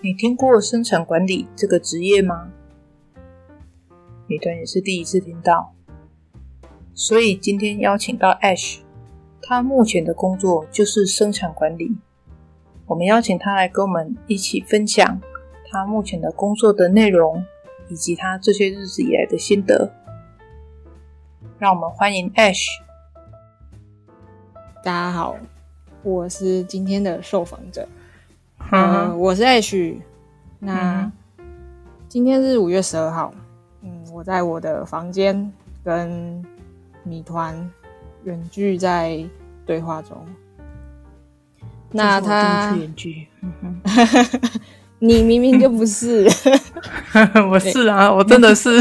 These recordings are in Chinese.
你听过生产管理这个职业吗？女团也是第一次听到，所以今天邀请到 Ash， 他目前的工作就是生产管理。我们邀请他来跟我们一起分享他目前的工作的内容，以及他这些日子以来的心得。让我们欢迎 Ash。 大家好，我是今天的受访者。我是 Ash。那今天是5月12号。我在我的房间跟米团远距在对话中。那他第一次远距。 你明明就不是。 我是啊，我真的是。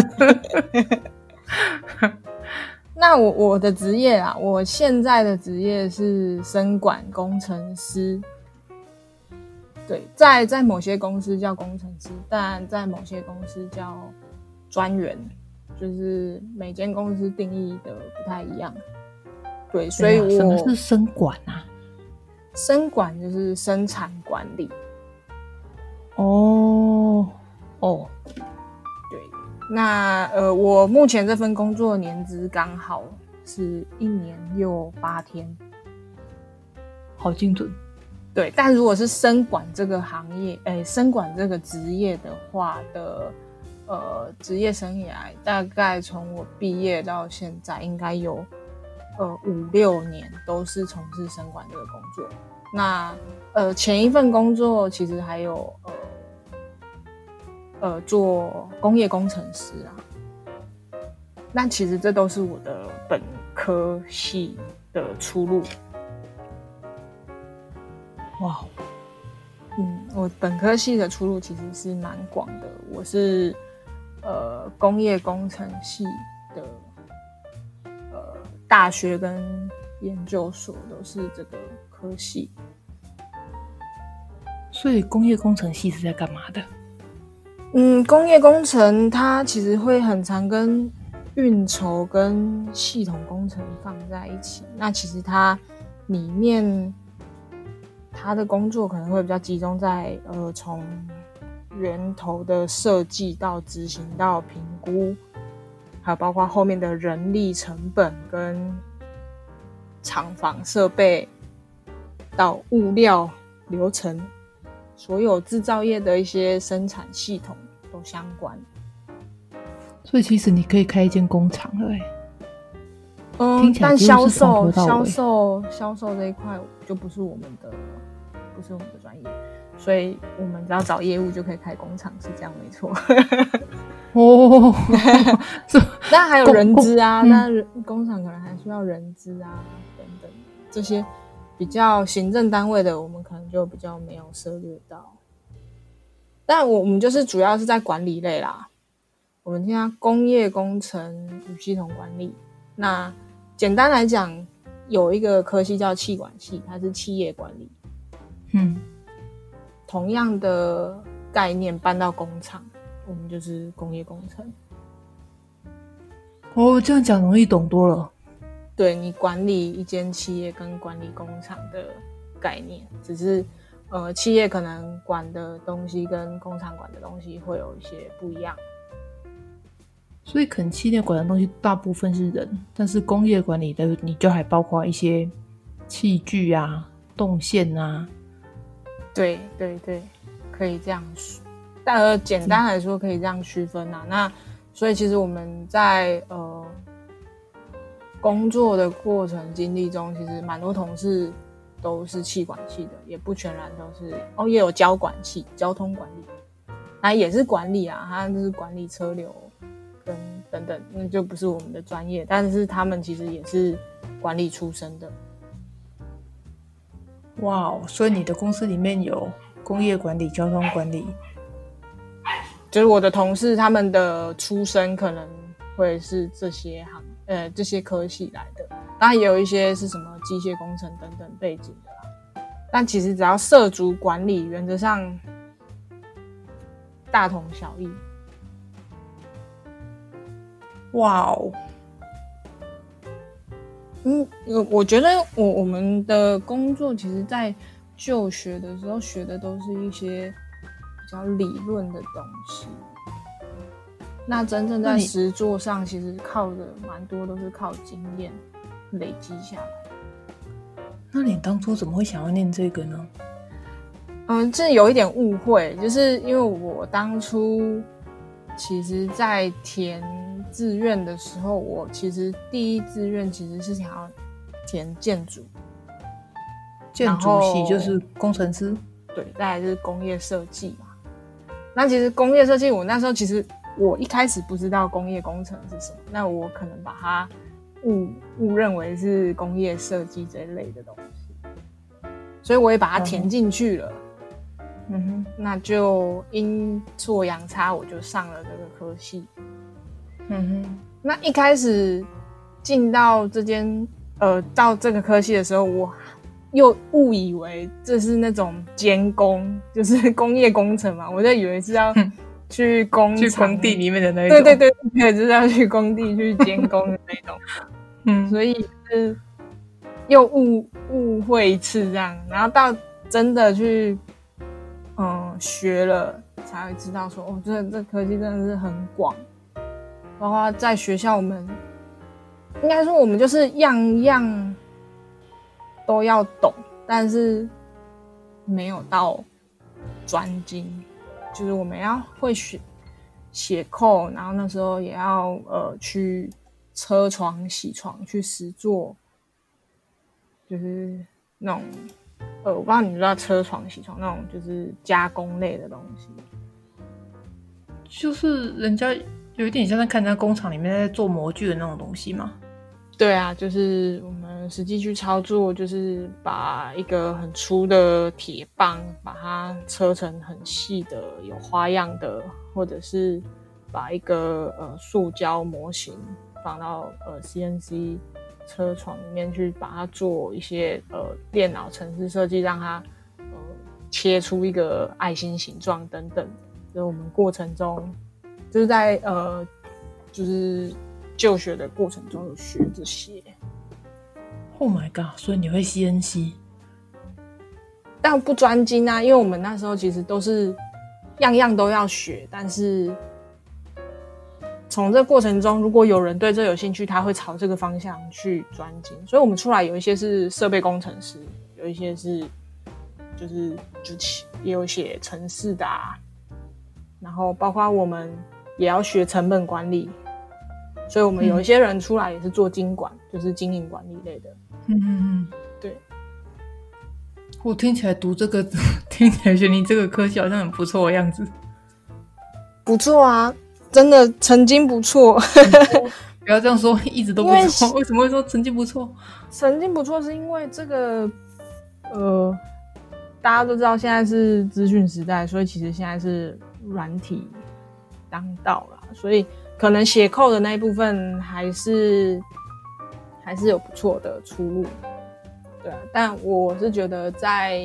那我的职业啊，我现在的职业是生管工程师。对，在某些公司叫工程师，但在某些公司叫专员，就是每间公司定义的不太一样。对，所以什么是生管啊？ 生管就是生产管理。 哦， 对。那我目前这份工作年资刚好是1年又8天， 好精准。 对，但如果是生管这个行业，生管这个职业的话的职业生涯，大概从我毕业到现在，应该有5-6年都是从事生管这个工作。那前一份工作其实还有做工业工程师啊。那其实这都是我的本科系的出路。 哇， 我本科系的出路其实是蛮广的。我是工业工程系的大学跟研究所都是这个科系。 所以工业工程系是在干嘛的？ 工业工程它其实会很常跟运筹跟系统工程放在一起。那其实它里面他的工作可能会比较集中在从源头的设计到执行到评估，还有包括后面的人力成本跟厂房设备到物料流程，所有制造业的一些生产系统都相关。 所以其实你可以开一间工厂了但销售这一块就不是我们的专业，所以我们只要找业务就可以开工厂，是这样没错。那还有人资啊，那工厂可能还需要人资啊等等，这些比较行政单位的我们可能就比较没有涉猎到。但我们就是主要是在管理类啦，我们叫工业工程与系统管理。那简单来讲，有一个科系叫企管系，它是企业管理。同样的概念搬到工厂，我们就是工业工程。 这样讲容易懂多了。 对，你管理一间企业跟管理工厂的概念，只是企业可能管的东西跟工厂管的东西会有一些不一样。 所以可能企业管的东西大部分是人，但是工业管理的你就还包括一些器具啊、动线啊。 对，可以这样说。但简单来说可以这样区分啊。那所以其实我们在工作的过程经历中，其实蛮多同事都是企管系的，也不全然都是也有交管系，交通管理，那也是管理啊，它就是管理车流跟等等，那就不是我们的专业，但是他们其实也是管理出身的。 哇，所以你的公司里面有工业管理、交通管理。 就是我的同事他们的出身可能会是这些这些科系来的，当然也有一些是什么机械工程等等背景的啦。但其实只要涉足管理，原则上大同小异。 哇哦， 我觉得我们的工作其实在就学的时候学的都是一些比较理论的东西。那真正在实作上，其实靠的蛮多都是靠经验累积下来。 那你当初怎么会想要念这个呢？ 这有一点误会，就是因为我当初其实在填志愿的时候，我其实第一志愿其实是想要填建筑。 建筑系就是工程师， 对，再来就是工业设计嘛。那其实工业设计，我那时候其实我一开始不知道工业工程是什么，那我可能把它误认为是工业设计这一类的东西，所以我也把它填进去了。那就阴错阳差，我就上了这个科系。那一开始进到到这个科系的时候，我又误以为这是那种监工，就是工业工程嘛，我就以为是要去工厂、 去工地里面的那种。 对，就是要去工地去监工的那种。所以是又误会一次这样，然后到真的去学了，才会知道说这科技真的是很广，包括在学校我们应该说我们就是样样都要懂，但是没有到专精，就是我们要会写扣，然后那时候也要去车床铣床去实作，就是那种我不知道你知道车床铣床那种就是加工类的东西， 就是人家有一点像在看人家工厂里面在做模具的那种东西吗？ 对啊，就是我们实际去操作，就是把一个很粗的铁棒把它车成很细的有花样的，或者是把一个塑胶模型放到CNC 车床里面去把它做一些电脑程式设计，让它切出一个爱心形状等等。就是我们过程中就是在就是就学的过程中有学这些。 Oh my god！ 所以你会 CNC？ 但不专精啊，因为我们那时候其实都是样样都要学，但是从这过程中，如果有人对这有兴趣，他会朝这个方向去专精。所以我们出来有一些是设备工程师，有一些是就也有写程式的啊，然后包括我们也要学成本管理。所以我们有一些人出来也是做经管，就是经营管理类的。对。 我听起来读这个，听起来学你这个科系好像很不错的样子。 不错啊，真的曾经不错。 不要这样说，一直都不错。为什么会说曾经不错？ 曾经不错是因为这个，大家都知道现在是资讯时代，所以其实现在是软体当道啦，所以可能写扣的那一部分还是有不错的出路，对啊。但我是觉得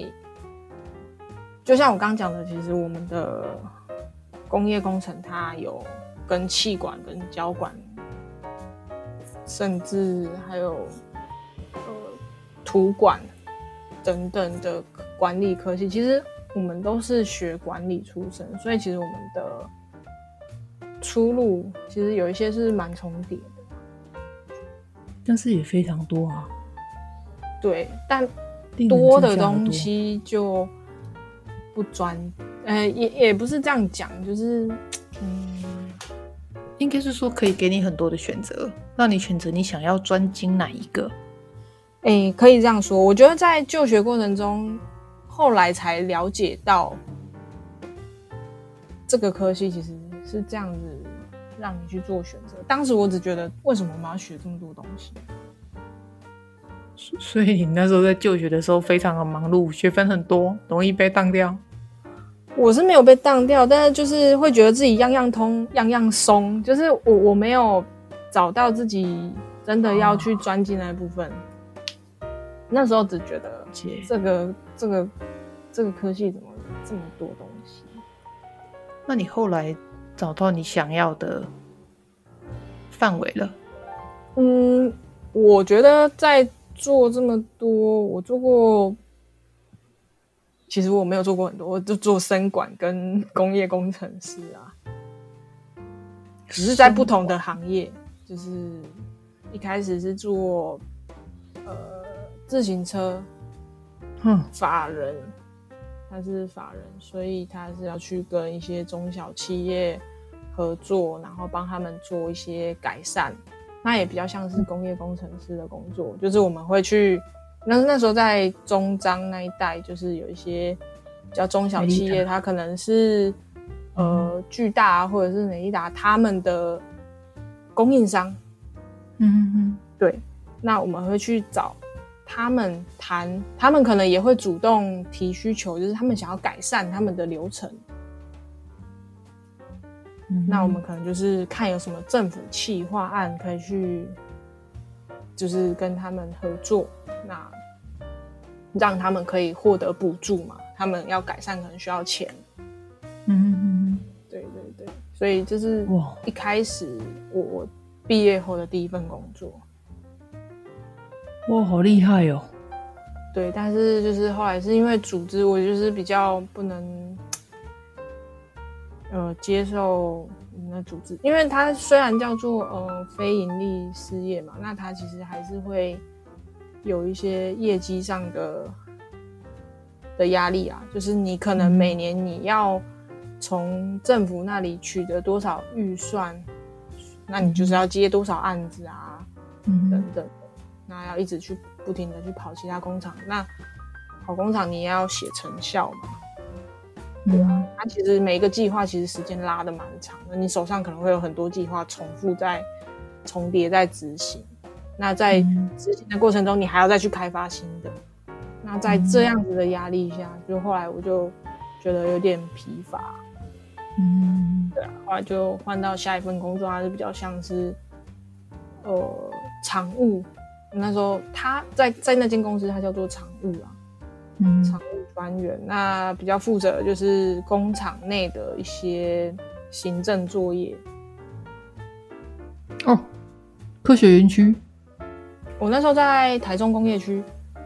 就像我刚刚讲的，其实我们的工业工程它有跟气管、跟交管，甚至还有土管等等的管理科系，其实我们都是学管理出身，所以其实我们的出路其实有一些是蛮重叠的， 但是也非常多啊。 对，但多的东西就不也不是这样讲，就是应该是说可以给你很多的选择，让你选择你想要专精哪一个。 可以这样说。我觉得在就学过程中，后来才了解到这个科系其实是这样子让你去做选择。当时我只觉得为什么我们要学这么多东西， 所以你那时候在就学的时候非常的忙碌，学分很多，容易被当掉。 我是没有被当掉，但是就是会觉得自己样样通样样松，就是我没有找到自己真的要去专精那一部分。那时候只觉得这个科系怎么这么多东西。 那你后来找到你想要的范围了？ 我觉得在做这么多，我做过其实我没有做过很多，我就做生管跟工业工程师啊，只是在不同的行业。就是一开始是做自行车，法人，他是法人，所以他是要去跟一些中小企业合作，然后帮他们做一些改善。那也比较像是工业工程师的工作，就是我们会去，那时候在中彰那一带，就是有一些比较中小企业，它可能是巨大或者是美利达他们的供应商，对，那我们会去找他们谈，他们可能也会主动提需求，就是他们想要改善他们的流程。那我们可能就是看有什么政府企划案可以去，就是跟他们合作，那让他们可以获得补助嘛。他们要改善可能需要钱。对对对，所以这是一开始我毕业后的第一份工作。 哇，好厉害哦！ 对，但是就是后来是因为组织，我就是比较不能接受那组织，因为它虽然叫做非盈利事业嘛，那它其实还是会有一些业绩上的压力啊，就是你可能每年你要从政府那里取得多少预算，那你就是要接多少案子啊，等等，那要一直去不停的去跑其他工厂，那跑工厂你也要写成效嘛。对啊，它其实每一个计划其实时间拉得蛮长的，你手上可能会有很多计划重叠在执行，那在执行的过程中你还要再去开发新的，那在这样子的压力下，就后来我就觉得有点疲乏，对啊，后来就换到下一份工作，它是比较像是厂务，那时候他在那间公司它叫做厂务啊，厂务专员，那比较负责就是工厂内的一些行政作业。 科学园区， 我那时候在台中工业区。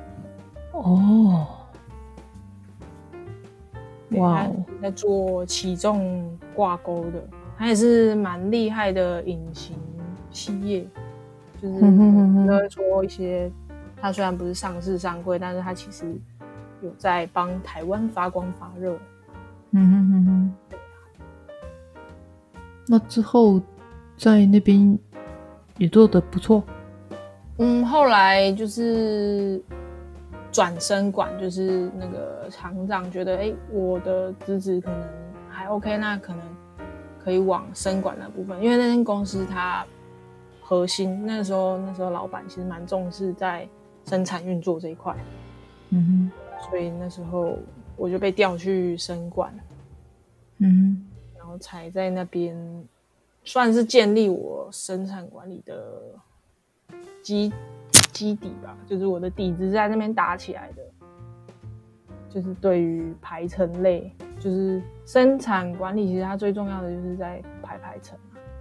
哇，在做起重挂钩的，它也是蛮厉害的隐形企业，就是都会说一些，它虽然不是上市上柜，但是它其实有在帮台湾发光发热。 那之后在那边也做得不错。 后来就是转生管，就是那个厂长觉得我的资质可能还 OK， 那可能可以往生管那部分，因为那间公司它核心那时候老板其实蛮重视在生产运作这一块，所以那时候我就被调去生管，然后才在那边算是建立我生产管理的基底吧，就是我的底子在那边打起来的，就是对于排程类，就是生产管理其实它最重要的就是在排程。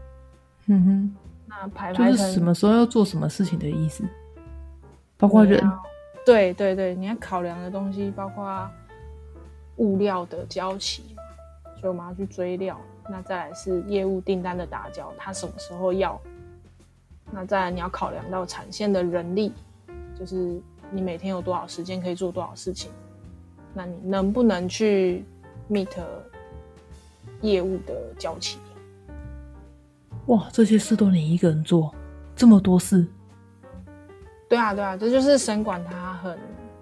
那排程就是什么时候要做什么事情的意思，包括人。 对对对，你要考量的东西包括物料的交期，所以我们要去追料。那再来是业务订单的打交，它什么时候要？那再来你要考量到产线的人力，就是你每天有多少时间可以做多少事情，那你能不能去 meet 业务的交期？ 哇，这些事都你一个人做，这么多事。 对啊，这就是生管他很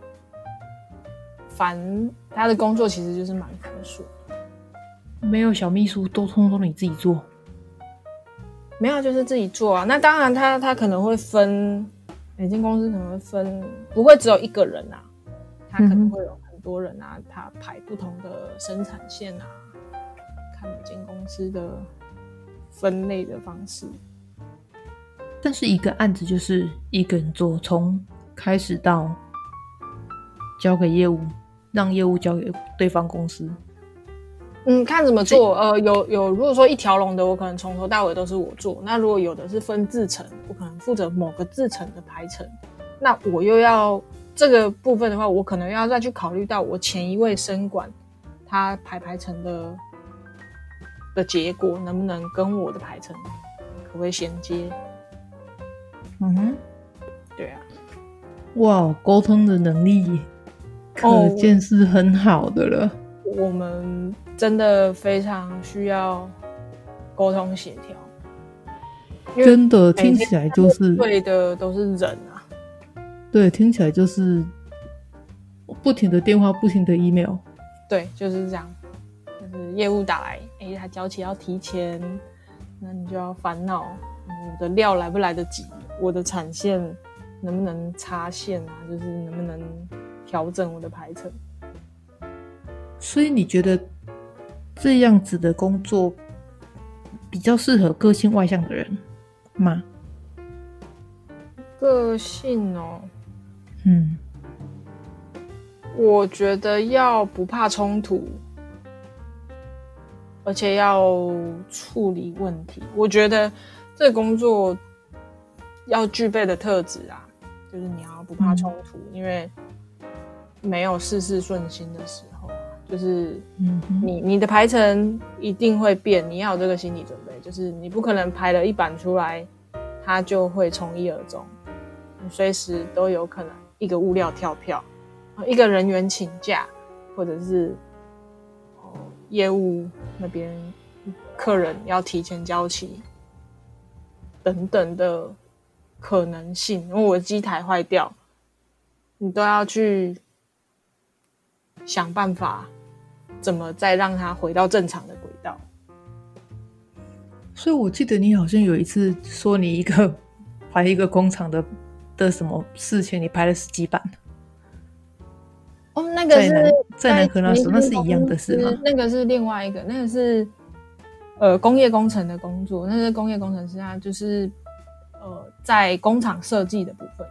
烦，他的工作其实就是蛮繁琐的。 没有小秘书，都通通你自己做？ 没有，就是自己做啊。那当然他可能会分，每间公司可能会分，不会只有一个人啊，他可能会有很多人啊，他排不同的生产线啊，看每间公司的分类的方式。 但是一个案子就是一个人做，从开始到交给业务，让业务交给对方公司。 看怎么做。有如果说一条龙的，我可能从头到尾都是我做。那如果有的是分制程，我可能负责某个制程的排程，那我又要这个部分的话，我可能要再去考虑到我前一位生管他排程的结果能不能跟我的排程可不可以衔接。 嗯哼， 对啊。 哇，沟通的能力可见是很好的了。 我们真的非常需要沟通协调， 真的听起来就是对的都是人啊。 对，听起来就是不停的电话，不停的 email。 对，就是这样，就是业务打来，他交期要提前，那你就要烦恼，我的料来不来得及，我的产线能不能插线啊，就是能不能调整我的排程。 所以你觉得这样子的工作比较适合个性外向的人吗？ 个性哦，我觉得要不怕冲突，而且要处理问题。我觉得这个工作要具备的特质啊，就是你要不怕冲突，因为没有事事顺心的时候啊，就是你的排程一定会变，你要有这个心理准备，就是你不可能排了一版出来，它就会从一而终，你随时都有可能一个物料跳票，一个人员请假，或者是业务那边客人要提前交期等等的可能性。因为我的机台坏掉，你都要去想办法怎么再让它回到正常的轨道。 所以我记得你好像有一次说你排一个工厂的什么事情，你排了10几版。 那个是在南科那时候，那是一样的事吗？ 那个是另外一个，那个是工业工程的工作，那是工业工程师，他就是在工厂设计的部分。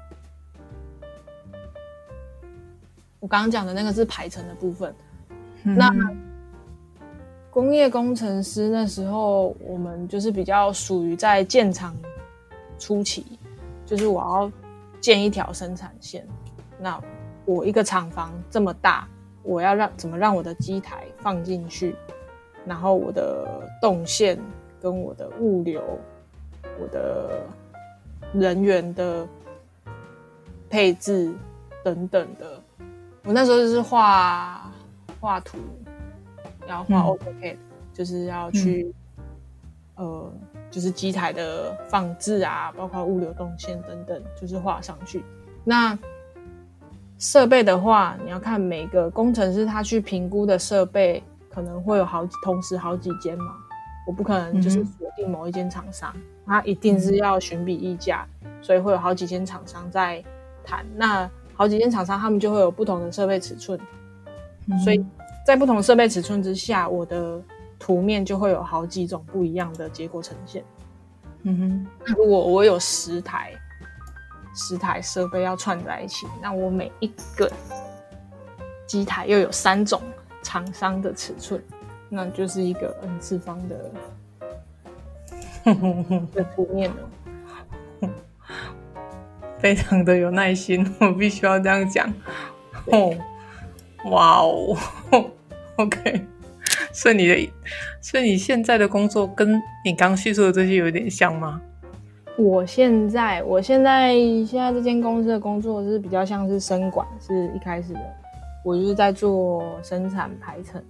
我刚刚讲的那个是排程的部分。那工业工程师那时候我们就是比较属于在建厂初期，就是我要建一条生产线，那我一个厂房这么大，我要怎么让我的机台放进去，然后我的动线跟我的物流，我的人员的配置等等的，我那时候就是画图，要画 AutoCAD，就是要去就是机台的放置啊，包括物流动线等等，就是画上去。那设备的话，你要看每个工程师他去评估的设备可能会有同时好几间嘛，我不可能就是锁定某一间厂商，他一定是要询比议价，所以会有好几间厂商在谈。那好几间厂商他们就会有不同的设备尺寸，所以在不同设备尺寸之下，我的图面就会有好几种不一样的结果呈现。如果我有10台设备要串在一起，那我每一个机台又有3种厂商的尺寸，那就是一个 N 次方的图面了。 非常的有耐心，我必须要这样讲。哇哦 ，OK。所以你现在的工作跟你刚叙述的这些有点像吗？ 我现在这间公司的工作是比较像是生管，是一开始的，我就是在做生产排程。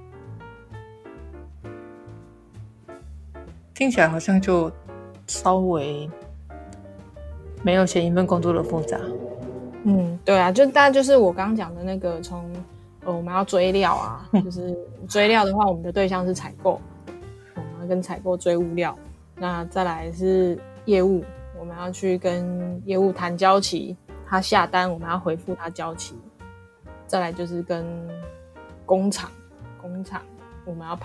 听起来好像就稍微没有前一份工作的复杂。 对啊，就大概就是我刚刚讲的那个，从我们要追料啊，就是追料的话，我们的对象是采购，我们要跟采购追物料。那再来是业务，我们要去跟业务谈交期，他下单我们要回复他交期。再来就是跟工厂我们要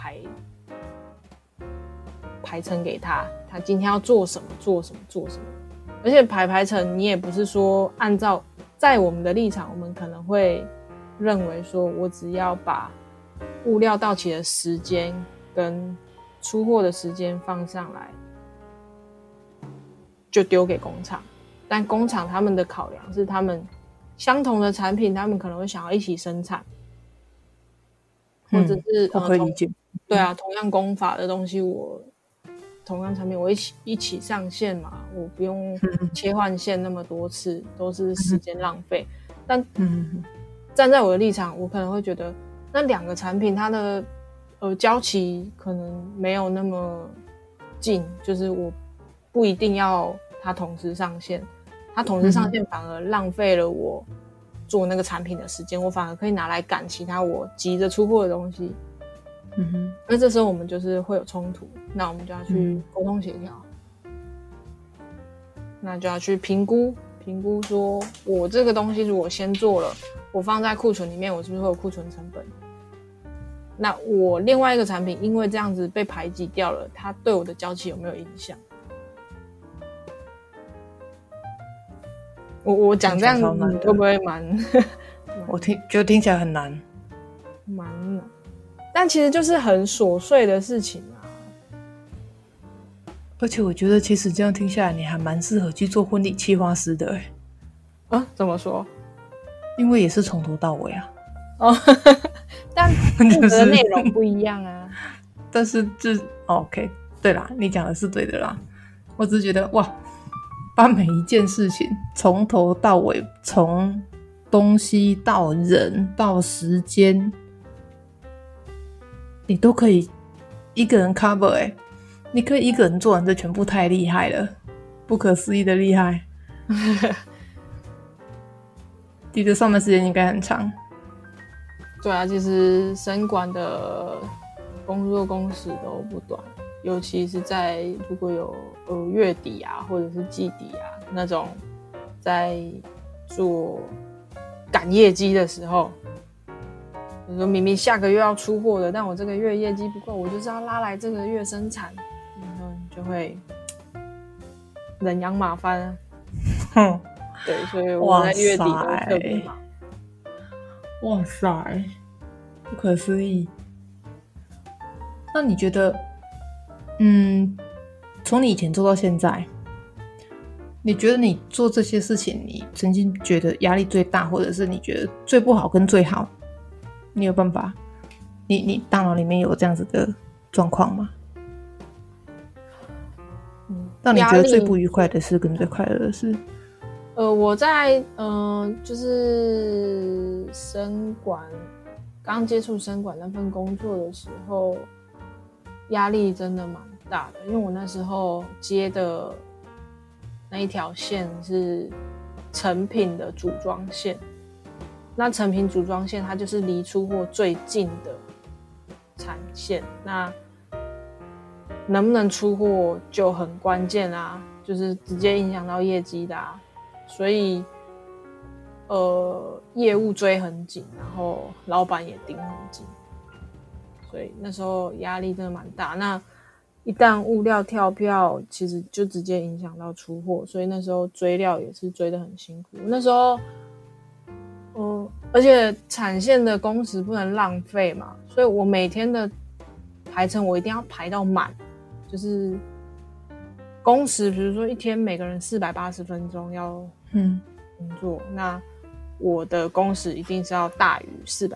排程给他今天要做什么。而且排程你也不是说按照在我们的立场，我们可能会认为说我只要把物料到期的时间跟出货的时间放上来就丢给工厂，但工厂他们的考量是他们相同的产品，他们可能会想要一起生产，或者是我可以理解。 对啊，同样功法的东西，同样产品我一起上线嘛，我不用切换线那么多次，都是时间浪费。但站在我的立场，我可能会觉得那2个产品它的交期可能没有那么近，就是我不一定要它同时上线，它同时上线反而浪费了我做那个产品的时间，我反而可以拿来赶其他我急着出货的东西。那这时候我们就是会有冲突，那我们就要去沟通协调，那就要去评估说我这个东西如果先做了，我放在库存里面，我是不是会有库存成本？那我另外一个产品因为这样子被排挤掉了，它对我的交期有没有影响？我讲这样你会不会蛮我觉得听起来很难， 蛮难，但其实就是很琐碎的事情啊。 而且我觉得其实这样听下来，你还蛮适合去做婚礼企划师的怎么说？ 因为也是从头到尾啊。 但负责的内容不一样啊。 但是OK， 对啦，你讲的是对的啦。我只是觉得哇，把每一件事情从头到尾，从东西到人到时间，你都可以一个人 cover 你可以一个人做完这全部，太厉害了，不可思议的厉害。记得上班时间应该很长。 对啊，其实生管的工作工时都不短，尤其是在如果有月底啊或者是季底啊那种在做赶业绩的时候，比如说明明下个月要出货的，但我这个月业绩不够，我就是要拉来这个月生产，然后就会人仰马翻啊。对，所以我在月底都特别忙。 哇塞，不可思议！那你觉得，从你以前做到现在，你觉得你做这些事情，你曾经觉得压力最大，或者是你觉得最不好跟最好，你有办法？你大脑里面有这样子的状况吗？让你觉得最不愉快的事跟最快乐的事？ 我在就是生管刚接触生管那份工作的时候，压力真的蛮大的，因为我那时候接的那一条线是成品的组装线，那成品组装线它就是离出货最近的产线，那能不能出货就很关键啊，就是直接影响到业绩的啊。所以业务追很紧，然后老板也盯很紧，所以那时候压力真的蛮大。那一旦物料跳票，其实就直接影响到出货，所以那时候追料也是追得很辛苦。那时候而且产线的工时不能浪费嘛，所以我每天的排程我一定要排到满，就是工时，比如说一天每个人480分钟要工作，那我的工时一定是要大于480。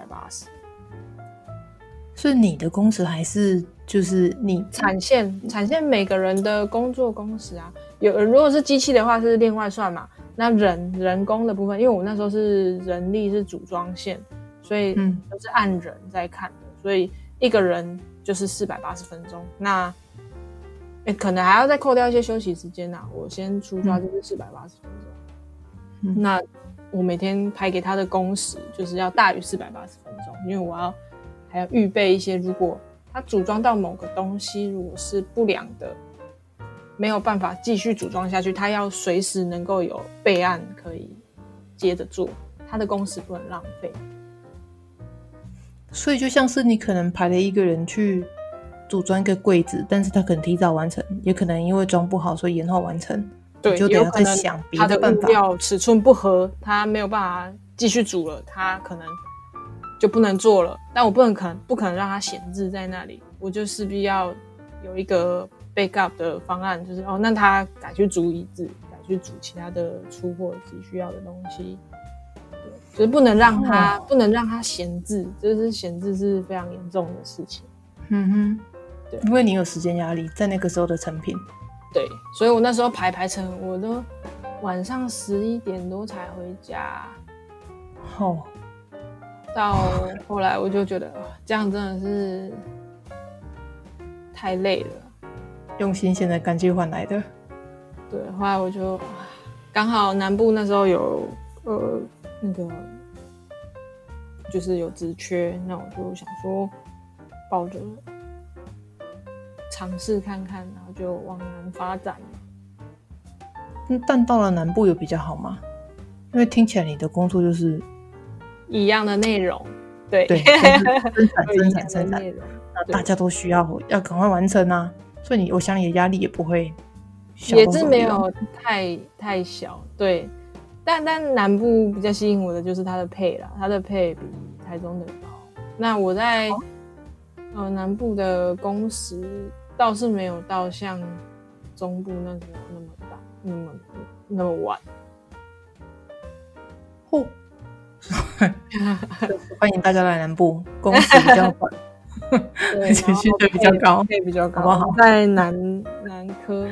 所以你的工时还是就是你产线每个人的工作工时啊，如果是机器的话是另外算嘛，那人工的部分，因为我那时候是人力是组装线，所以都是按人在看的，所以一个人就是480分钟，那可能还要再扣掉一些休息时间啊，我先出抓就是480分钟。那我每天排给他的工时就是要大于480分钟，因为我还要预备一些，如果他组装到某个东西如果是不良的，没有办法继续组装下去，他要随时能够有备案可以接着做，他的工时不能浪费。 所以就像是你可能排了一个人去组装一个柜子，但是他可能提早完成，也可能因为装不好所以延后完成， 对， 就得要再想别的办法。 他的物料尺寸不合，他没有办法继续煮了，他可能就不能做了。但我不可能让他闲置在那里，我就势必要有一个 backup 的方案，就是那他改去煮椅子，改去煮其他的出货自己需要的东西。 就是不能让他闲置，就是闲置是非常严重的事情。 对，因为你有时间压力，在那个时候的成品。 对，所以我那时候排成，我都晚上11点多才回家。到后来我就觉得这样真的是太累了， 用新鲜的感觉换来的。 对，后来我就刚好南部那时候有那个就是有职缺，那我就想说抱着尝试看看，然后就往南发展了。 但到了南部有比较好吗？因为听起来你的工作就是一样的内容，对， 生产，那大家都需要赶快完成啊，所以我想你的压力也不会小， 也是没有太小，对。但南部比较吸引我的就是它的配啦，它的配比台中的高。那我在南部的工时倒是没有到像中部那时候那么大，那么晚。 欢迎大家来南部，工时比较短，而且薪水比较高， 配比较高， 好不好？ 在南科，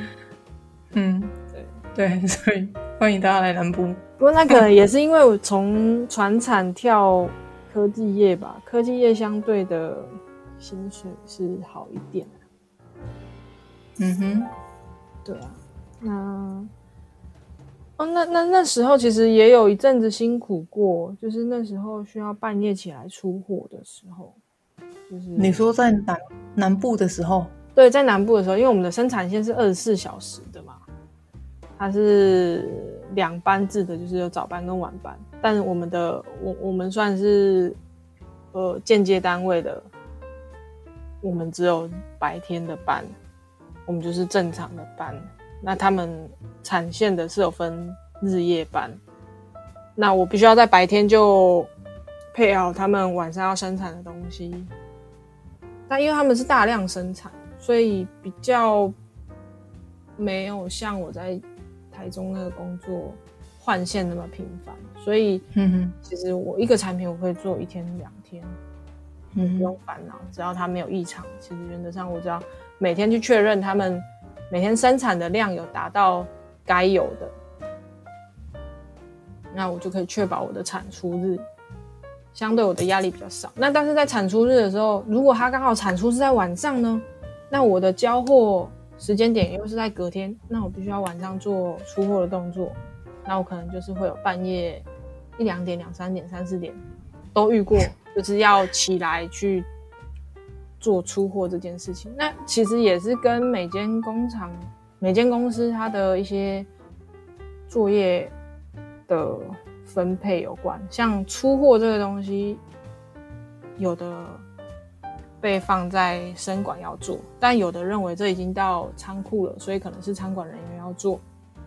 对，所以欢迎大家来南部。 不过那可能也是因为我从传产跳科技业吧，科技业相对的薪水是好一点。对啊，那时候其实也有一阵子辛苦过，就是那时候需要半夜起来出货的时候，就是你说在南部的时候？ 对，在南部的时候，因为我们的生产线是24小时的嘛，它是2班制的，就是有早班跟晚班，但是我们算是间接单位的，我们只有白天的班，我们就是正常的班。那他们产线的是有分日夜班，那我必须要在白天就配好他们晚上要生产的东西。但因为他们是大量生产，所以比较没有像我在台中那个工作换线那么频繁，所以其实我一个产品我可以做1天2天，不用烦恼，只要它没有异常，其实原则上我只要每天去确认他们每天生产的量有达到该有的，那我就可以确保我的产出日，相对我的压力比较少。那但是在产出日的时候，如果它刚好产出是在晚上呢，那我的交货时间点又是在隔天，那我必须要晚上做出货的动作，那我可能就是会有半夜1、2点、2、3点、3、4点都遇过，就是要起来去做出货这件事情。那其实也是跟每间公司它的一些作业的分配有关。像出货这个东西，有的被放在生管要做，但有的认为这已经到仓库了，所以可能是仓管人员要做。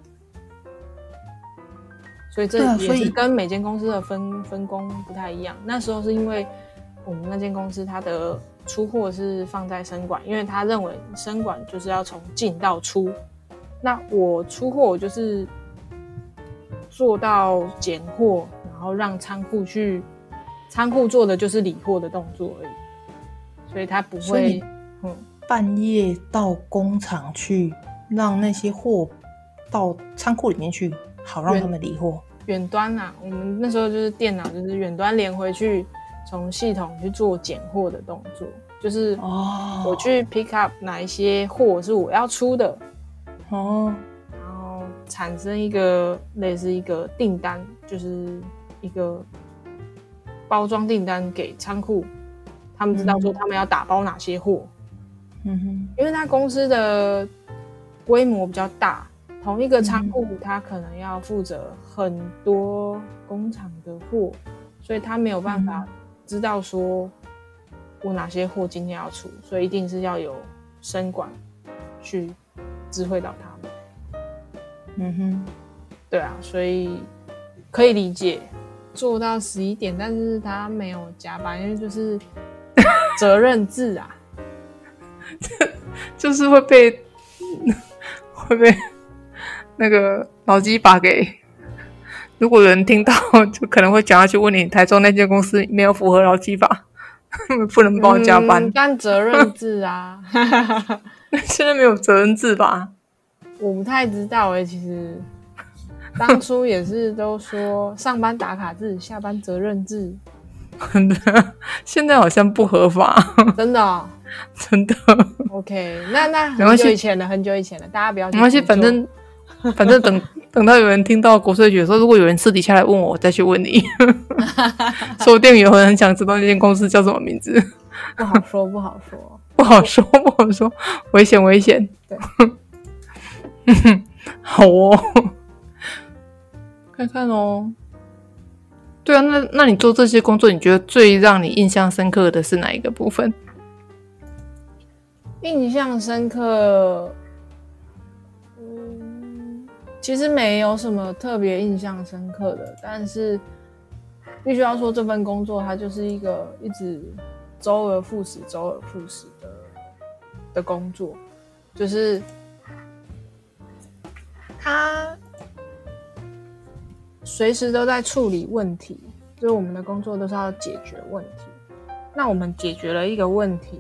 所以这也是跟每间公司的分工不太一样。那时候是因为我们那间公司它的出货是放在生管，因为他认为生管就是要从进到出，那我出货我就是做到拣货，然后让仓库做的就是理货的动作而已，所以他不会半夜到工厂去让那些货到仓库里面去，好让他们理货。 远端啊，我们那时候就是电脑就是远端连回去，从系统去做拣货的动作，就是我去 pick up 哪一些货是我要出的，然后产生一个类似一个订单，就是一个包装订单给仓库，他们知道说他们要打包哪些货。因为他公司的规模比较大，同一个仓库他可能要负责很多工厂的货，所以他没有办法知道说我哪些货今天要出，所以一定是要有生管去知会到他们。对啊，所以可以理解做到11点，但是他没有加班，因为就是责任制啊。 就是会被那个劳基法给如果有人听到，就可能会想要去问你，台中那间公司没有符合劳基法，不能帮我加班。 干责任制啊。 现在没有责任制吧？ 我不太知道其实当初也是都说上班打卡制，下班责任制。 现在好像不合法。 真的哦？ 真的。 OK， 那很久以前了，很久以前了，大家不要去。 没关系，反正等到有人听到国税局的时候，如果有人私底下来问我，我再去问你。说不定有人很想知道那间公司叫什么名字。 不好说，不好说， 不好说，不好说，危险，危险。 对。 好哦，看看哦。对啊，那你做这些工作，你觉得最让你印象深刻的是哪一个部分？ 印象深刻，其实没有什么特别印象深刻的，但是必须要说这份工作它就是一个一直周而复始的工作，就是它随时都在处理问题，就是我们的工作都是要解决问题。那我们解决了一个问题，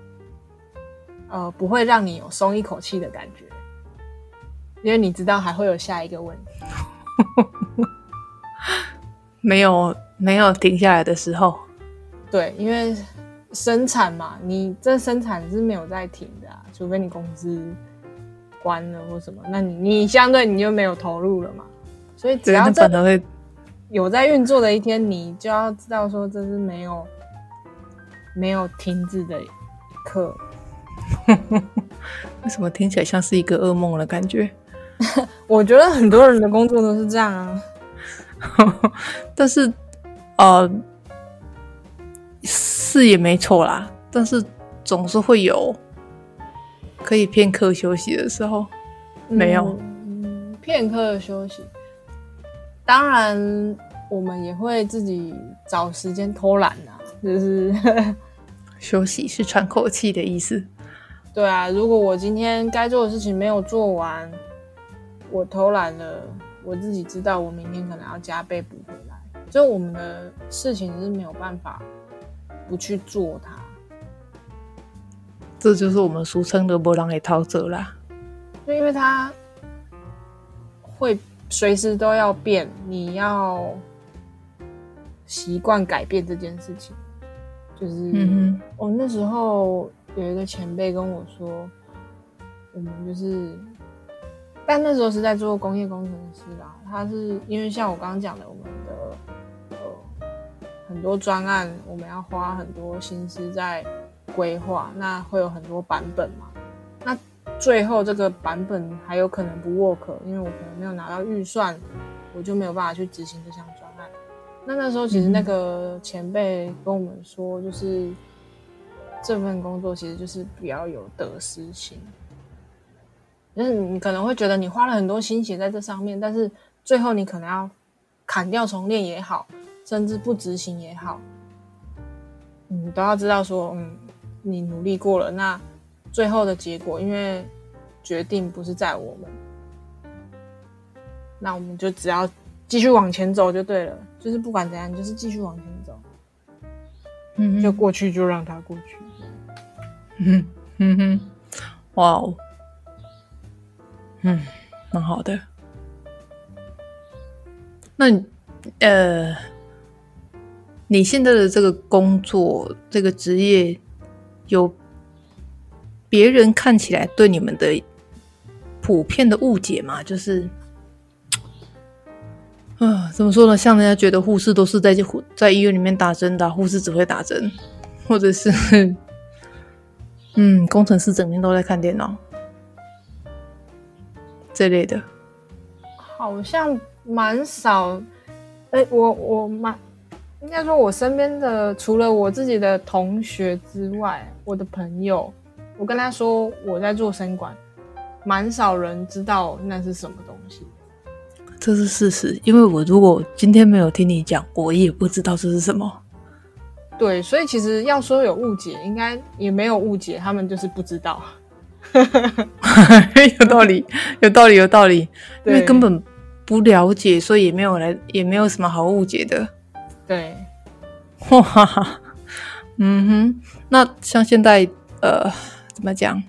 不会让你有松一口气的感觉，因为你知道还会有下一个问题。 没有停下来的时候。 对，因为生产嘛，你这生产是没有在停的啊，除非你公司关了或什么，那你相对你就没有投入了嘛。所以只要这有在运作的一天，你就要知道说这是没有停止的课。 为什么听起来像是一个噩梦的感觉？ 我觉得很多人的工作都是这样啊。 但是是也没错啦，但是总是会有可以片刻休息的时候。没有片刻休息，当然我们也会自己找时间偷懒啊，就是休息是喘口气的意思。 对啊，如果我今天该做的事情没有做完，我偷懒了，我自己知道我明天可能要加倍补回来，就我们的事情是没有办法不去做它。 这就是我们俗称的没人会偷做啦。 就因为它会随时都要变，你要习惯改变这件事情。就是我那时候有一个前辈跟我说，我们就是但那时候是在做工业工程师啦，他是因为像我刚刚讲的，我们的很多专案我们要花很多心思在规划，那会有很多版本嘛，那最后这个版本还有可能不 work， 因为我可能没有拿到预算，我就没有办法去执行这项专案。那时候其实那个前辈跟我们说，就是这份工作其实就是不要有得失心，就是你可能会觉得你花了很多心血在这上面，但是最后你可能要砍掉重练也好，甚至不执行也好，你都要知道说你努力过了，那最后的结果因为决定不是在我们，那我们就只要继续往前走就对了，就是不管怎样就是继续往前走，就过去就让它过去。 哇哦，蛮好的。那你现在的这个工作这个职业，有别人看起来对你们的普遍的误解吗？就是怎么说呢，像人家觉得护士都是在医院里面打针的，护士只会打针，或者是工程师整天都在看电脑这类的， 好像蛮少。应该说我身边的除了我自己的同学之外，我的朋友，我跟他说我在做生管，蛮少人知道那是什么东西。 这是事实，因为我如果今天没有听你讲，我也不知道这是什么。对， 所以其实要说有误解，应该也没有误解，他们就是不知道。有道理，因为根本不了解，所以也没有什么好误解的。 对， 哇，那像现在怎么讲？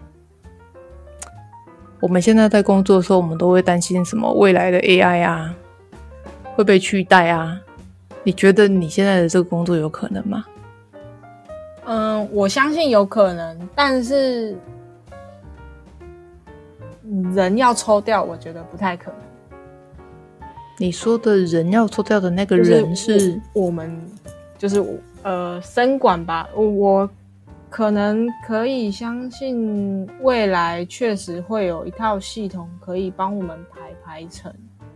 我们现在在工作的时候，我们都会担心什么未来的 AI 啊会被取代啊？你觉得你现在的这个工作有可能吗？ 我相信有可能，但是人要抽掉，我觉得不太可能。 你说的人要抽掉的那个人是我们，就是生管吧？我可能可以相信未来确实会有一套系统可以帮我们排程，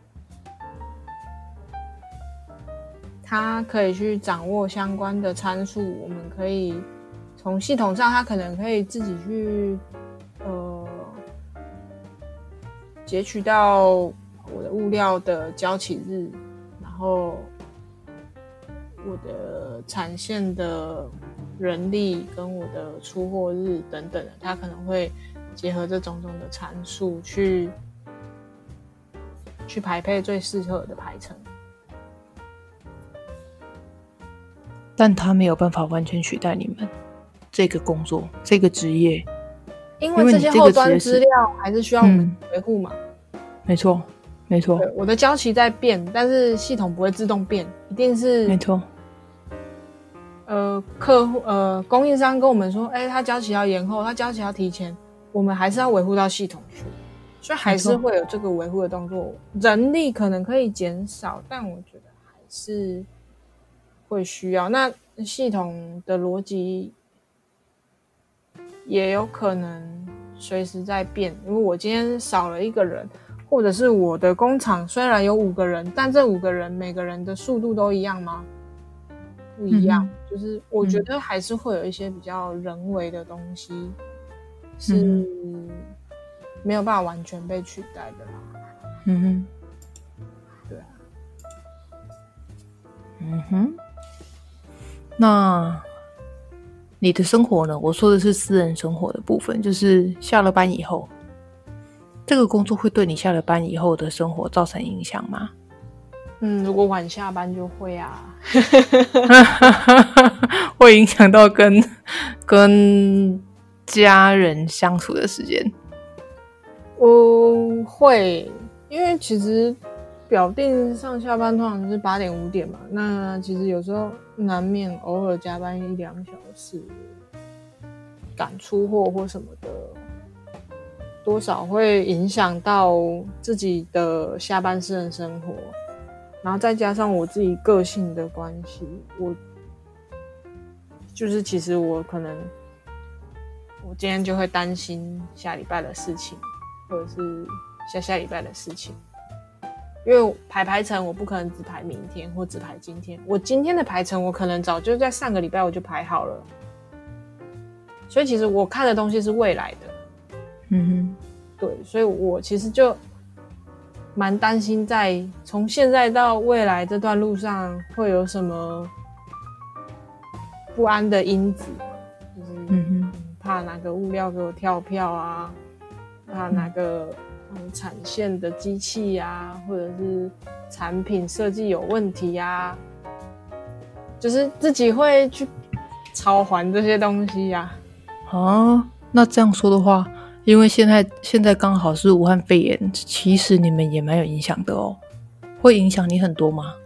它可以去掌握相关的参数，我们可以从系统上，它可能可以自己去截取到我的物料的交期日，然后我的产线的人力跟我的出货日等等的，它可能会结合这种种的参数去排配最适合的排程， 但他没有办法完全取代你们这个工作这个职业， 因为这些后端资料还是需要我们维护嘛。 没错没错， 我的交期在变，但是系统不会自动变，一定是没错。 客户供应商跟我们说，他交期要延后，他交期要提前，我们还是要维护到系统去，所以还是会有这个维护的动作。人力可能可以减少，但我觉得还是会需要。那系统的逻辑也有可能随时在变，因为我今天少了一个人，或者是我的工厂虽然有5个人，但这5个人每个人的速度都一样吗？不一样，就是我觉得还是会有一些比较人为的东西是没有办法完全被取代的啦。对啊。 那你的生活呢？我说的是私人生活的部分，就是下了班以后，这个工作会对你下了班以后的生活造成影响吗？ 如果晚下班就会啊。 会影响到跟家人相处的时间。 我会，因为其实表定上下班通常是8点5点嘛，那其实有时候难免偶尔加班1-2小时，赶出货或什么的，多少会影响到自己的下班私人生活。然后再加上我自己个性的关系，我就是其实我可能我今天就会担心下礼拜的事情，或者是下礼拜的事情，因为排程我不可能只排明天或只排今天，我今天的排程我可能早就在上个礼拜我就排好了，所以其实我看的东西是未来的。对，所以我其实就蛮担心在从现在到未来这段路上会有什么不安的因子，就是怕哪个物料给我跳票啊，怕哪个产线的机器啊，或者是产品设计有问题啊，就是自己会去操还这些东西啊。 那这样说的话，因为现在刚好是武汉肺炎，其实你们也蛮有影响的哦。会影响你很多吗？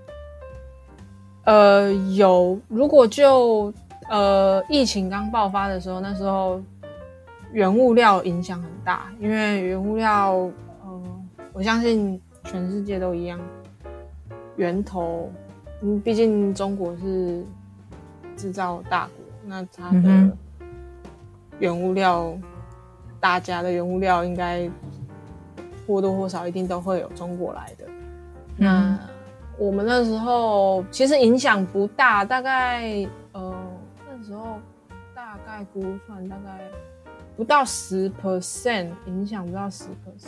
有，如果就疫情刚爆发的时候，那时候原物料影响很大，因为原物料我相信全世界都一样，源头毕竟中国是制造大国，那它的原物料大家的原物料应该或多或少一定都会有中国来的。那我们那时候其实影响不大，大概那时候大概估算大概不到 10%， 影响不到 10%。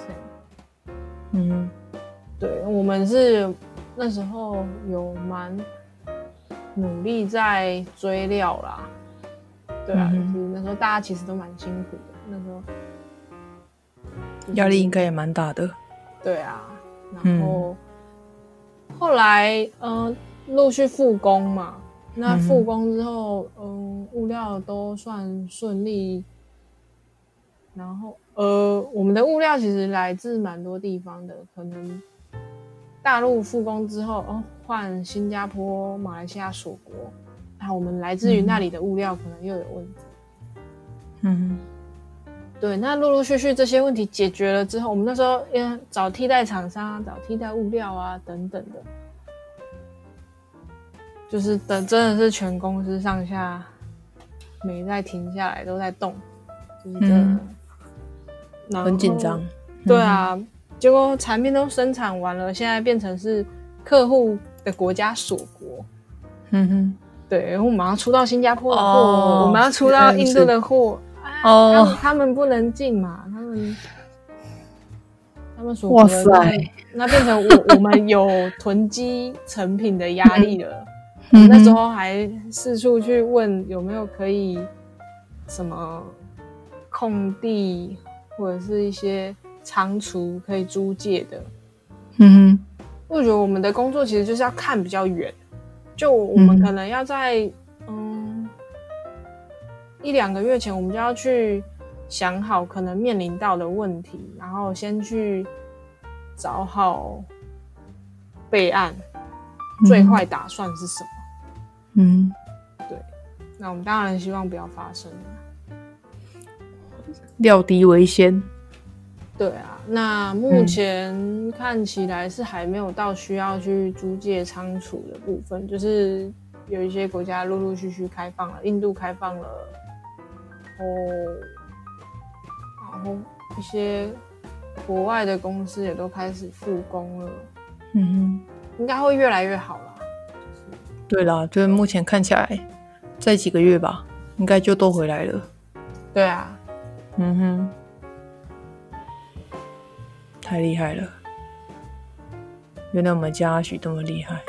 对，我们是那时候有蛮努力在追料啦。对啊，就是那时候大家其实都蛮辛苦的，那时候、 压力应该也蛮大的。 对啊，然后后来陆续复工嘛，那复工之后物料都算顺利，然后我们的物料其实来自蛮多地方的，可能大陆复工之后换新加坡、马来西亚锁国，我们来自于那里的物料可能又有问题。对，那陆陆续续这些问题解决了之后，我们那时候找替代厂商、找替代物料啊等等的，就是真的是全公司上下没再停下来，都在动，就是真的很紧张。 对啊，结果产品都生产完了，现在变成是客户的国家锁国。对，然后我们要出到新加坡的货，我们要出到印度的货。他们不能进嘛，他们锁国了，那变成我们有囤积成品的压力了。那时候还四处去问有没有可以什么空地或者是一些仓储可以租借的。我觉得我们的工作其实就是要看比较远，就我们可能要在1-2个月前，我们就要去想好可能面临到的问题，然后先去找好备案，最坏打算是什么。对，那我们当然希望不要发生， 料敌为先。 对啊，那目前看起来是还没有到需要去租借仓储的部分，就是有一些国家陆陆续续开放了，印度开放了，然后一些国外的公司也都开始复工了。应该会越来越好啦。 对啦，就是目前看起来再几个月吧，应该就都回来了。 对啊。 太厉害了，原来我们家阿许这么厉害。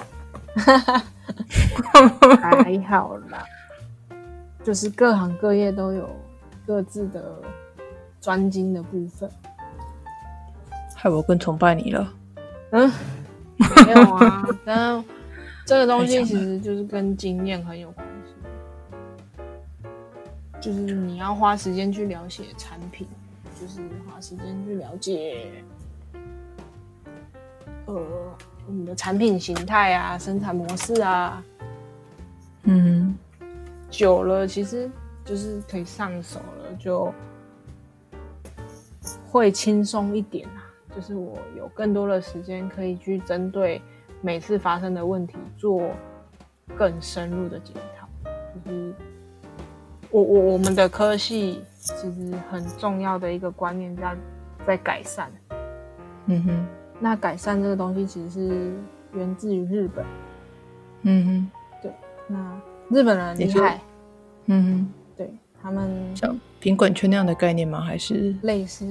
还好啦，就是各行各业都有各自的专精的部分。 害我更崇拜你了。 没有啊，但这个东西其实就是跟经验很有关系，就是你要花时间去了解产品，就是花时间去了解我们的产品形态啊、生产模式啊，久了其实就是可以上手了，就会轻松一点啊。就是我有更多的时间可以去针对每次发生的问题做更深入的检讨。就是我们的科系其实很重要的一个观念在改善。那改善这个东西其实是源自于日本。对，那日本人厉害。对，他们像品管圈那样的概念吗？还是类似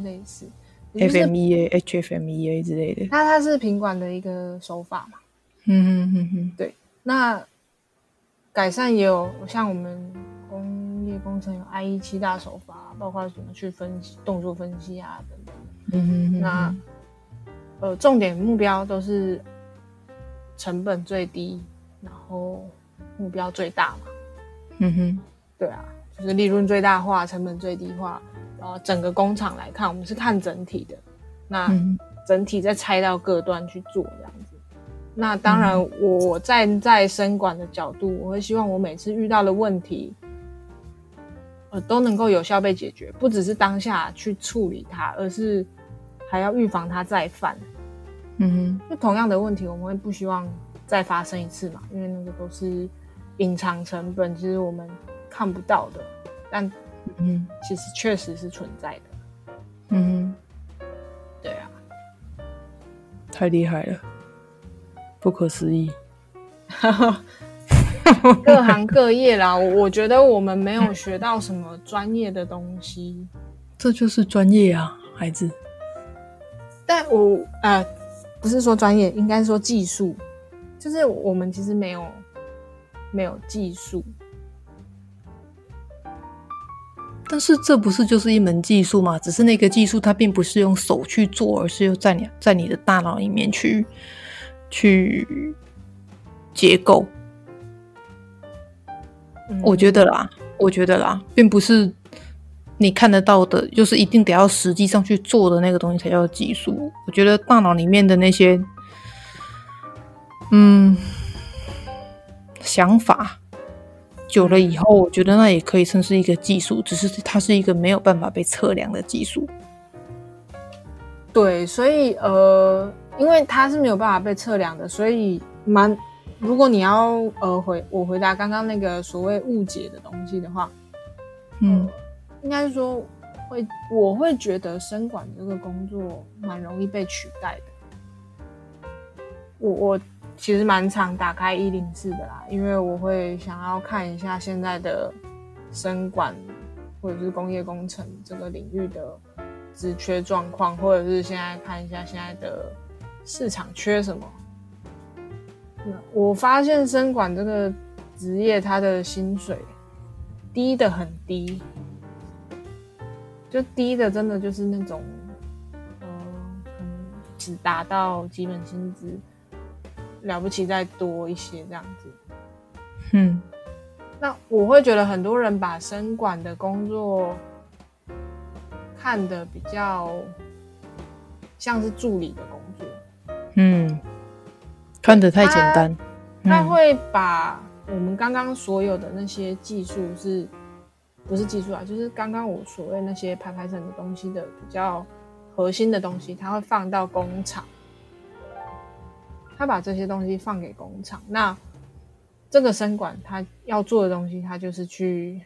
FMEA、HFMEA 之类的？ 它是品管的一个手法嘛。对，那改善也有像我们工业工程有 IE 7大手法，包括怎么去分析动作分析啊等等。那重点目标都是成本最低，然后目标最大嘛。对啊，就是利润最大化，成本最低化。整个工厂来看，我们是看整体的，那整体再拆到各段去做这样子。那当然我站在生管的角度，我会希望我每次遇到的问题都能够有效被解决，不只是当下去处理它，而是还要预防它再犯。就同样的问题我们会不希望再发生一次嘛，因为那个都是隐藏成本，其实我们看不到的，但其实确实是存在的。对啊， 太厉害了，不可思议。 各行各业啦，我觉得我们没有学到什么专业的东西。 这就是专业啊，孩子。 但不是说专业，应该说技术，就是我们其实没有技术。 但是这不是就是一门技术吗？只是那个技术它并不是用手去做，而是又在你的大脑里面去去结构。我觉得啦，并不是你看得到的，就是一定得要实际上去做的那个东西才叫技术。我觉得大脑里面的那些想法久了以后，我觉得那也可以称是一个技术，只是它是一个没有办法被测量的技术。 对，所以因为它是没有办法被测量的，所以如果你要我回答刚刚那个所谓误解的东西的话，应该是说我会觉得生管这个工作蛮容易被取代的。我其实蛮常打开104的啦，因为我会想要看一下现在的生管或者是工业工程这个领域的职缺状况，或者是现在看一下现在的市场缺什么。我发现生管这个职业它的薪水低得很低，就低的真的就是那种可能只达到基本薪资，了不起再多一些这样子。那我会觉得很多人把生管的工作看得比较像是助理的工作， 看得太简单。 他会把我们刚刚所有的那些技术不是技术啊，就是刚刚我所谓那些排成的东西的比较核心的东西，他会放到工厂，他把这些东西放给工厂。那这个生管他要做的东西，他就是去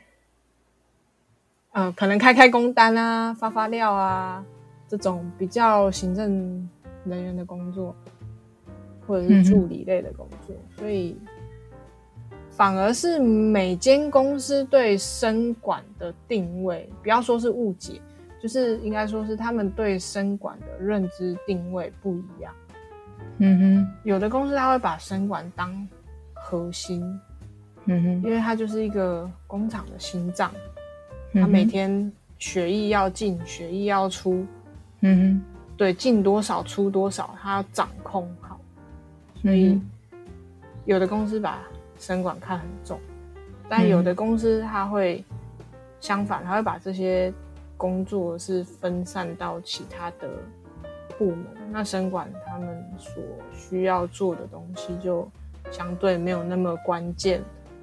可能开工单啊，发料啊，这种比较行政人员的工作，或者是助理类的工作。所以反而是每间公司对生管的定位，不要说是误解，就是应该说是他们对生管的认知定位不一样。有的公司他会把生管当核心，因为它就是一个工厂的心脏，它每天血液要进，血液要出，对，进多少出多少，它要掌控好。所以有的公司把生管看很重，但有的公司它会相反，它会把这些工作是分散到其他的部门，那生管他们所需要做的东西就相对没有那么关键。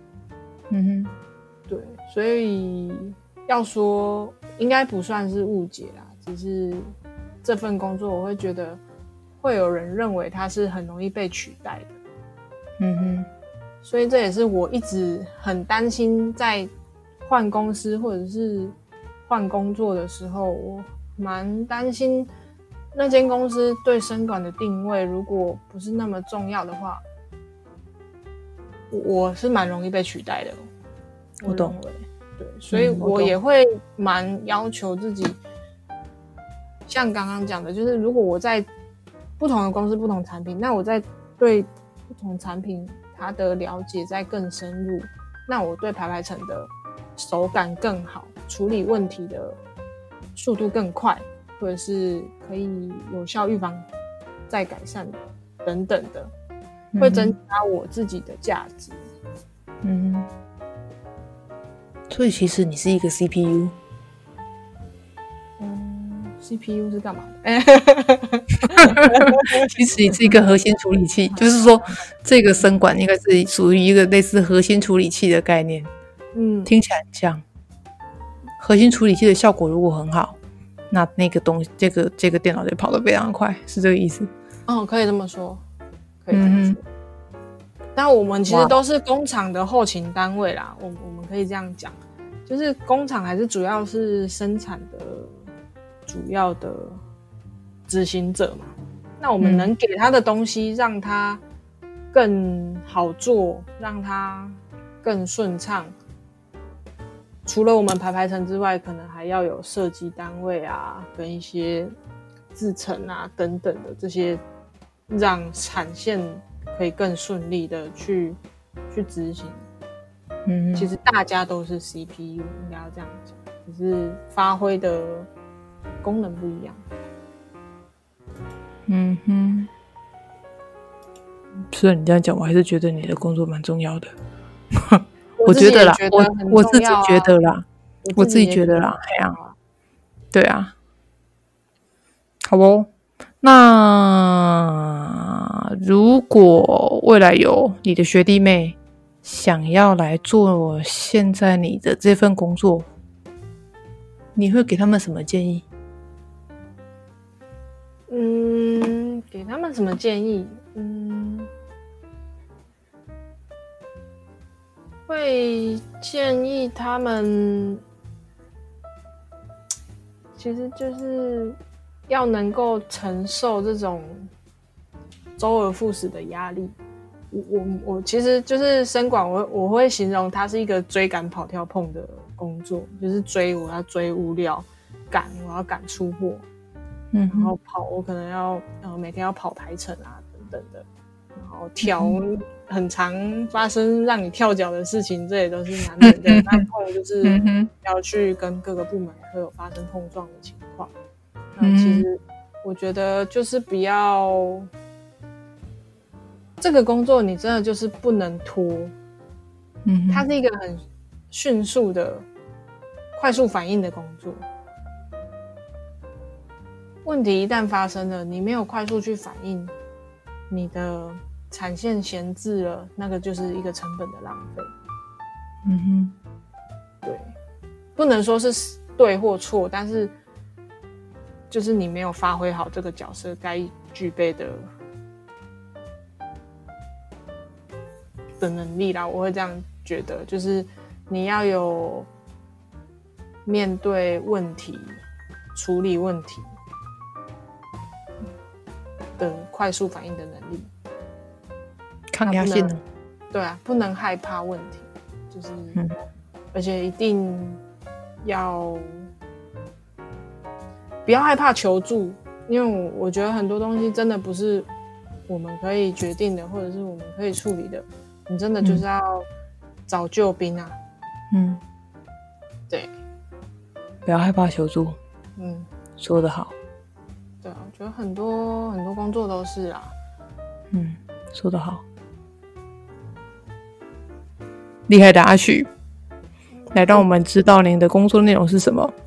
对，所以要说应该不算是误解啦，只是这份工作我会觉得会有人认为它是很容易被取代的。所以这也是我一直很担心，在换公司或者是换工作的时候，我蛮担心那间公司对生管的定位如果不是那么重要的话，我是蛮容易被取代的。 我懂。 对，所以我也会蛮要求自己，像刚刚讲的，就是如果我在不同的公司不同产品，那我在对不同产品它的了解再更深入，那我对排成的手感更好，处理问题的速度更快，或者是可以有效预防再改善等等的，会增加我自己的价值。 所以其实你是一个 CPU。 CPU 是干嘛的？ 其实你是一个核心处理器，就是说这个生管应该是属于一个类似核心处理器的概念。听起来很像。核心处理器的效果如果很好，那个东西，这个电脑就跑得非常快，是这个意思？ 可以这么说，可以这么说。但我们其实都是工厂的后勤单位啦，我们可以这样讲，就是工厂还是主要是生产的主要的执行者嘛。那我们能给他的东西，让他更好做，让他更顺畅。除了我们排程之外，可能还要有设计单位啊，跟一些制程啊等等的这些，让产线可以更顺利的去执行。其实大家都是 CPU， 应该要这样讲，只是发挥的功能不一样。 虽然你这样讲，我还是觉得你的工作蛮重要的。我觉得啦，我自己觉得啦，我自己觉得啦，对啊，好哦。那如果未来有你的学弟妹想要来做现在你的这份工作，你会给他们什么建议？ 给他们什么建议？会建议他们，其实就是要能够承受这种周而复始的压力。我其实就是生管，我会形容它是一个追赶跑跳碰的工作，就是我要追物料，我要赶出货，然后我可能要每天要跑排程啊等等的，然后很常发生让你跳脚的事情，这也都是难免的。那碰就是要去跟各个部门会有发生碰撞的情况。那其实我觉得就是不要这个工作，你真的就是不能拖。它是一个很迅速的、快速反应的工作。问题一旦发生了，你没有快速去反应，你的产线闲置了，那个就是一个成本的浪费。对，不能说是对或错，但是就是你没有发挥好这个角色该具备的能力啦，我会这样觉得，就是你要有面对问题、处理问题的快速反应的能力。 抗压性呢？ 对啊，不能害怕问题，就是而且一定要不要害怕求助，因为我觉得很多东西真的不是我们可以决定的，或者是我们可以处理的，你真的就是要找救兵啊。对， 不要害怕求助。说得好。 对啊，我觉得很多工作都是啊。 说得好。厉害的阿许，来让我们知道您的工作内容是什么。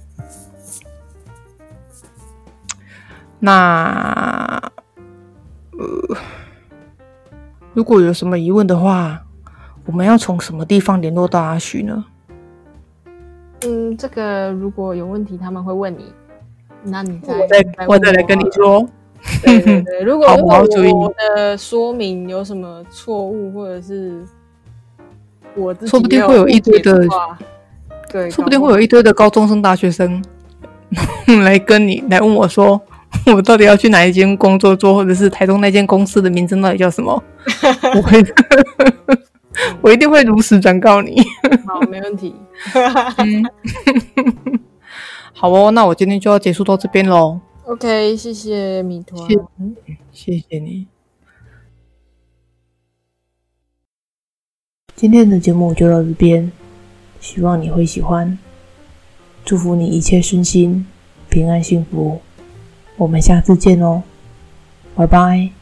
那如果有什么疑问的话，我们要从什么地方联络到阿许呢？ 这个如果有问题他们会问你，那你我再来跟你说。 对，如果我的说明有什么错误，或者是我自己说不定会有一堆的， 对， 说不定会有一堆的高中生、大学生来问我说，我到底要去哪一间工作做，或者是台中那间公司的名称到底叫什么？我一定会如实转告你。 好，没问题。 好哦，那我今天就要结束到这边咯。 OK， 谢谢米团， 谢谢你。今天的节目就到这边，希望你会喜欢。祝福你一切顺心，平安幸福。我们下次见哦，拜拜。